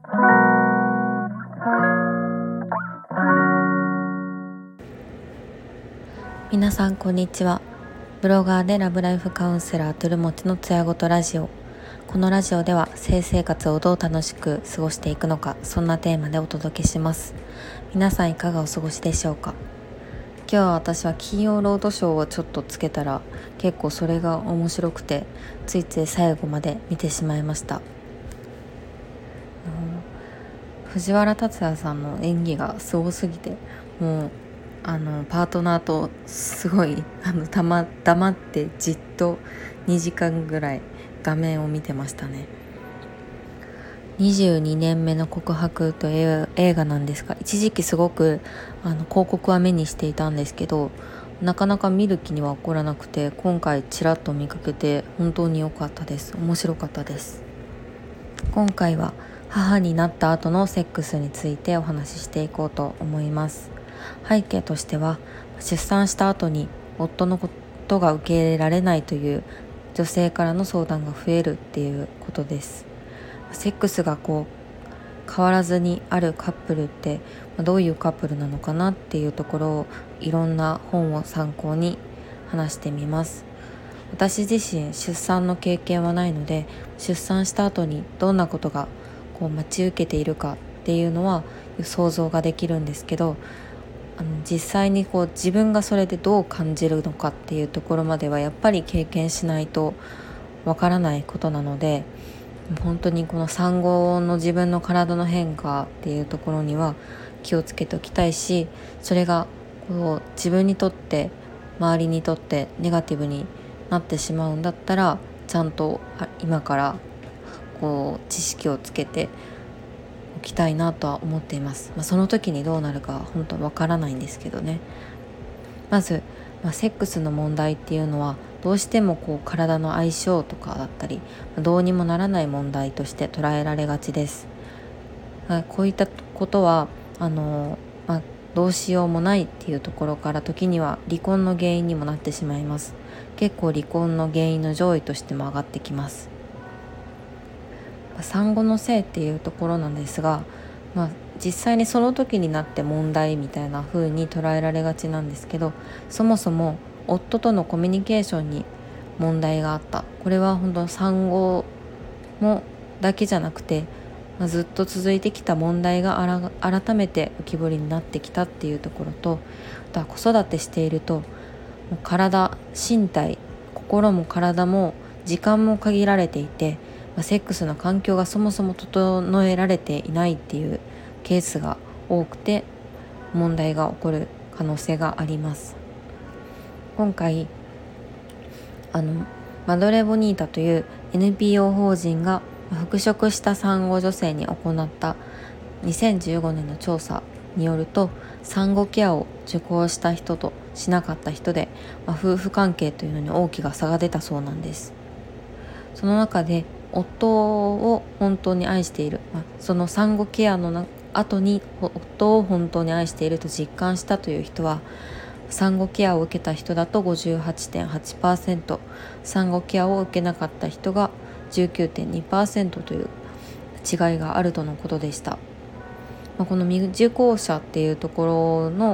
皆さんこんにちは。ブロガーでラブライフカウンセラートゥルモチのつやごとラジオ。このラジオでは性生活をどう楽しく過ごしていくのか、そんなテーマでお届けします。皆さんいかがお過ごしでしょうか。今日は私は金曜ロードショーをちょっとつけたら結構それが面白くて、ついつい最後まで見てしまいました。藤原竜也さんの演技がすごすぎて、もうパートナーとすごい黙ってじっと2時間ぐらい画面を見てましたね。22年目の告白という映画なんですが、一時期すごく広告は目にしていたんですけど、なかなか見る気には起こらなくて、今回ちらっと見かけて本当に良かったです。面白かったです。今回は母になった後のセックスについてお話ししていこうと思います。背景としては、出産した後に夫のことが受け入れられないという女性からの相談が増えるっていうことです。セックスが変わらずにあるカップルってどういうカップルなのかなっていうところをいろんな本を参考に話してみます。私自身出産の経験はないので、出産した後にどんなことが待ち受けているかっていうのは想像ができるんですけど、実際に自分がそれでどう感じるのかっていうところまではやっぱり経験しないとわからないことなので、本当にこの産後の自分の体の変化っていうところには気をつけておきたいし、それが自分にとって周りにとってネガティブになってしまうんだったら、ちゃんと今から知識をつけておきたいなとは思っています。その時にどうなるかは本当わからないんですけどね。まず、セックスの問題っていうのはどうしても体の相性とかだったり、どうにもならない問題として捉えられがちです。こういったことはどうしようもないっていうところから時には離婚の原因にもなってしまいます。結構離婚の原因の上位としても上がってきます。産後の性っていうところなんですが、実際にその時になって問題みたいな風に捉えられがちなんですけど、そもそも夫とのコミュニケーションに問題があった。これは本当産後もだけじゃなくて、ずっと続いてきた問題が改めて浮き彫りになってきたっていうところと、あとは子育てしていると体、身体、心も体も時間も限られていて、セックスの環境がそもそも整えられていないっていうケースが多くて、問題が起こる可能性があります。今回マドレボニータという NPO 法人が復職した産後女性に行った2015年の調査によると、産後ケアを受講した人としなかった人で、夫婦関係というのに大きな差が出たそうなんです。その中で夫を本当に愛している、その産後ケアの後に夫を本当に愛していると実感したという人は、産後ケアを受けた人だと 58.8%、 産後ケアを受けなかった人が 19.2% という違いがあるとのことでした。この未受講者っていうところの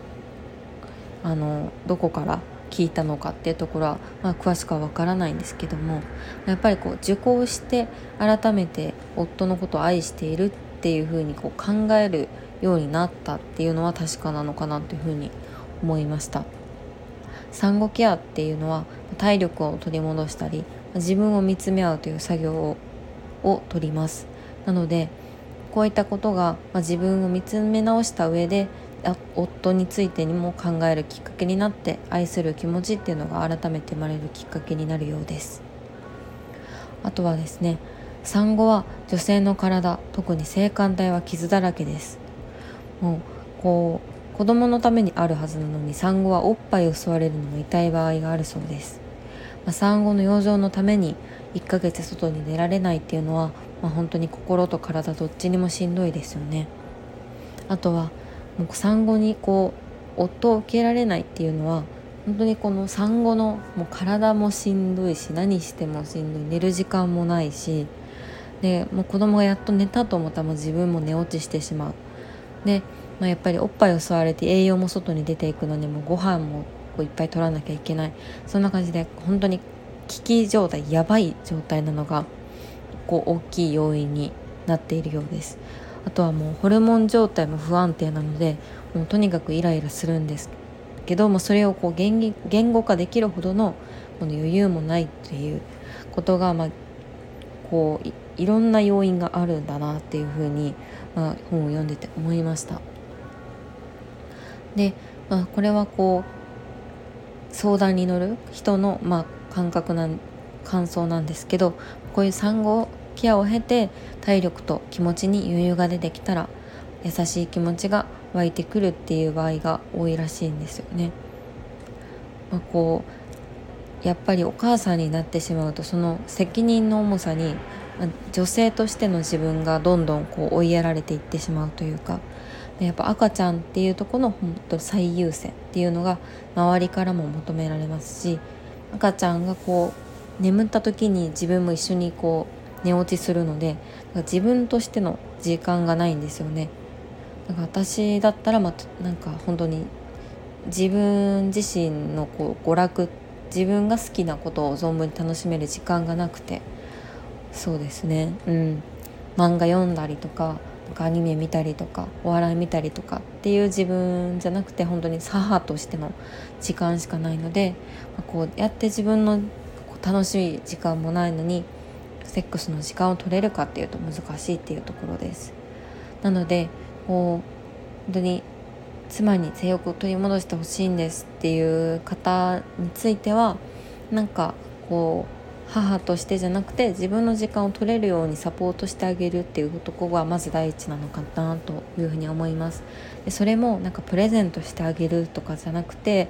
どこから聞いたのかっていうところは、詳しくはわからないんですけども、やっぱり受講して改めて夫のことを愛しているっていうふうに考えるようになったっていうのは確かなのかなというふうに思いました。産後ケアっていうのは体力を取り戻したり、自分を見つめ合うという作業を取ります。なのでこういったことが、自分を見つめ直した上で夫についてにも考えるきっかけになって、愛する気持ちっていうのが改めて生まれるきっかけになるようです。あとはですね、産後は女性の体、特に性感帯は傷だらけです。もう子供のためにあるはずなのに、産後はおっぱいを吸われるのも痛い場合があるそうです。産後の養生のために1ヶ月外に出られないっていうのは、本当に心と体どっちにもしんどいですよね。あとはもう産後に夫を受けられないっていうのは、本当にこの産後のもう体もしんどいし、何してもしんどい、寝る時間もないし、 でもう子供がやっと寝たと思ったらもう自分も寝落ちしてしまう。で、やっぱりおっぱいを吸われて栄養も外に出ていくのにもうご飯もこういっぱい取らなきゃいけない、そんな感じで本当に危機状態、やばい状態なのがこう大きい要因になっているようです。あとはもうホルモン状態も不安定なので、もうとにかくイライラするんですけども、それをこう言語化できるほどのこの余裕もないということが、こういろんな要因があるんだなっていうふうに、本を読んでて思いました。で、これはこう相談に乗る人の、感想なんですけど、こういう産後ケアを経て体力と気持ちに余裕が出てきたら優しい気持ちが湧いてくるっていう場合が多いらしいんですよね。こうやっぱりお母さんになってしまうと、その責任の重さに、女性としての自分がどんどんこう追いやられていってしまうというか、やっぱ赤ちゃんっていうところの本当最優先っていうのが周りからも求められますし、赤ちゃんがこう眠った時に自分も一緒にこう寝落ちするので、自分としての時間がないんですよね。だから私だったら、なんか本当に自分自身のこう娯楽、自分が好きなことを存分に楽しめる時間がなくて、そうですね、漫画読んだりとか、アニメ見たりとかお笑い見たりとかっていう自分じゃなくて、本当に母としての時間しかないので、こうやって自分の楽しい時間もないのにセックスの時間を取れるかっていうと難しいっていうところです。なのでこう本当に妻に性欲を取り戻してほしいんですっていう方については、なんかこう母としてじゃなくて自分の時間を取れるようにサポートしてあげるっていうところがまず第一なのかなというふうに思います。でそれもなんかプレゼントしてあげるとかじゃなくて、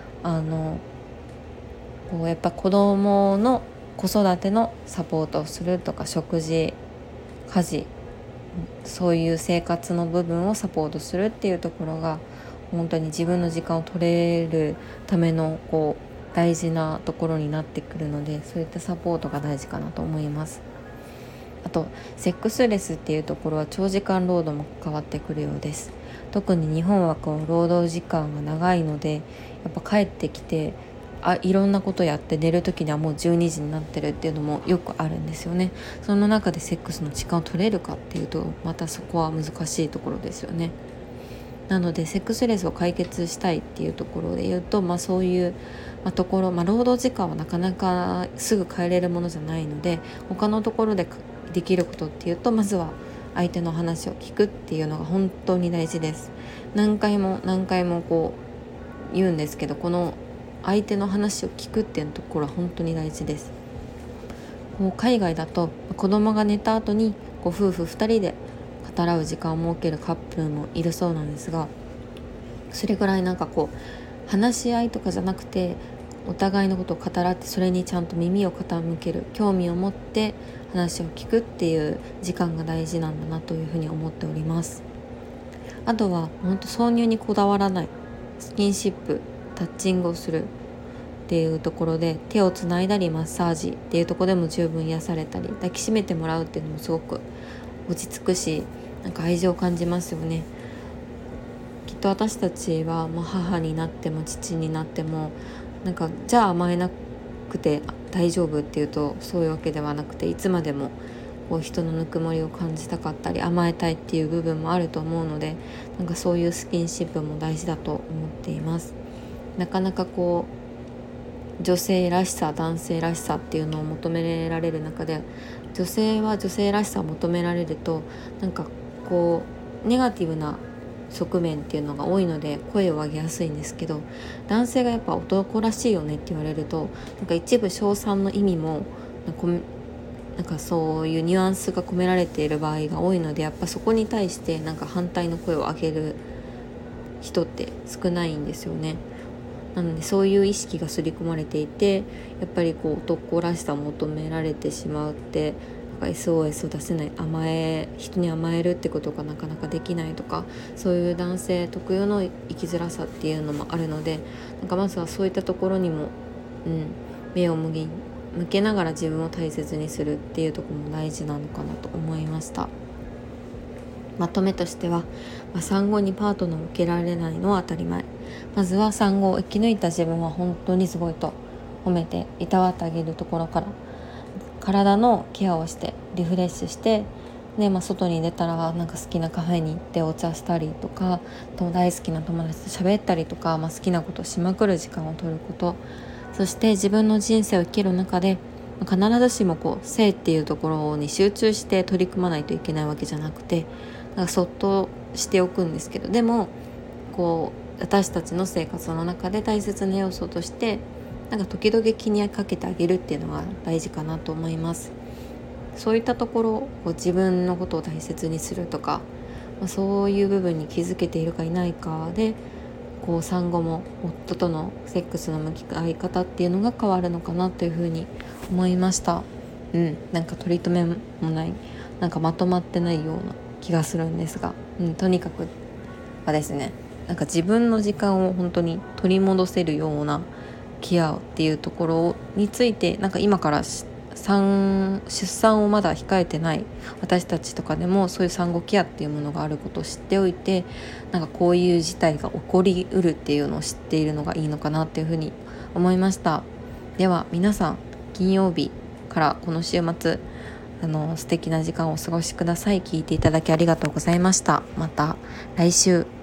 こうやっぱ子供の子育てのサポートをするとか、食事、家事、そういう生活の部分をサポートするっていうところが本当に自分の時間を取れるためのこう大事なところになってくるので、そういったサポートが大事かなと思います。あとセックスレスっていうところは長時間労働も関わってくるようです。特に日本はこう労働時間が長いので、やっぱ帰ってきていろんなことやって寝る時にはもう12時になってるっていうのもよくあるんですよね。その中でセックスの時間を取れるかっていうと、またそこは難しいところですよね。なのでセックスレスを解決したいっていうところで言うと、そういう、ところ、労働時間はなかなかすぐ変えれるものじゃないので、他のところでできることっていうと、まずは相手の話を聞くっていうのが本当に大事です。何回も何回もこう言うんですけど、この相手の話を聞くっていうところは本当に大事です。こう海外だと子供が寝た後にご夫婦2人で語らう時間を設けるカップルもいるそうなんですが、それぐらいなんかこう話し合いとかじゃなくて、お互いのことを語らって、それにちゃんと耳を傾ける、興味を持って話を聞くっていう時間が大事なんだなというふうに思っております。あとは本当挿入にこだわらない、スキンシップ、タッチングをするっていうところで、手をつないだりマッサージっていうところでも十分癒されたり、抱きしめてもらうっていうのもすごく落ち着くし、なんか愛情を感じますよね。きっと私たちはもう母になっても父になっても、なんかじゃあ甘えなくて大丈夫っていうとそういうわけではなくて、いつまでもこう人のぬくもりを感じたかったり甘えたいっていう部分もあると思うので、なんかそういうスキンシップも大事だと思っています。なかなかこう女性らしさ、男性らしさっていうのを求められる中で、女性は女性らしさを求められると、なんかこうネガティブな側面っていうのが多いので声を上げやすいんですけど、男性がやっぱ男らしいよねって言われると、なんか一部称賛の意味もなんかそういうニュアンスが込められている場合が多いので、やっぱそこに対してなんか反対の声を上げる人って少ないんですよね。なのでそういう意識が刷り込まれていて、やっぱりこう男らしさを求められてしまうって、なんか SOS を出せない、人に甘えるってことがなかなかできないとか、そういう男性特有の生きづらさっていうのもあるので、なんかまずはそういったところにも、目を向向けながら自分を大切にするっていうところも大事なのかなと思いました。まとめとしては、産後にパートナーを受けられないのは当たり前。まずは産後を生き抜いた自分は本当にすごいと褒めていたわってあげるところから、体のケアをしてリフレッシュして、で外に出たら好きなカフェに行ってお茶したりとか、大好きな友達と喋ったりとか、好きなことをしまくる時間を取ること、そして自分の人生を生きる中で必ずしも性っていうところに集中して取り組まないといけないわけじゃなくて、そっとしておくんですけど、でも私たちの生活の中で大切な要素として時々気にかけてあげるっていうのが大事かなと思います。そういったところを自分のことを大切にするとか、そういう部分に気づけているかいないかで産後も夫とのセックスの向き合い方っていうのが変わるのかなというふうに思いました。取り留めもないまとまってないような気がするんですが、とにかくはですね、自分の時間を本当に取り戻せるようなケアっていうところについて今から出産をまだ控えてない私たちとかでもそういう産後ケアっていうものがあることを知っておいて、こういう事態が起こりうるっていうのを知っているのがいいのかなっていうふうに思いました。では皆さん、金曜日からこの週末素敵な時間をお過ごしください。聞いていただきありがとうございました。また来週。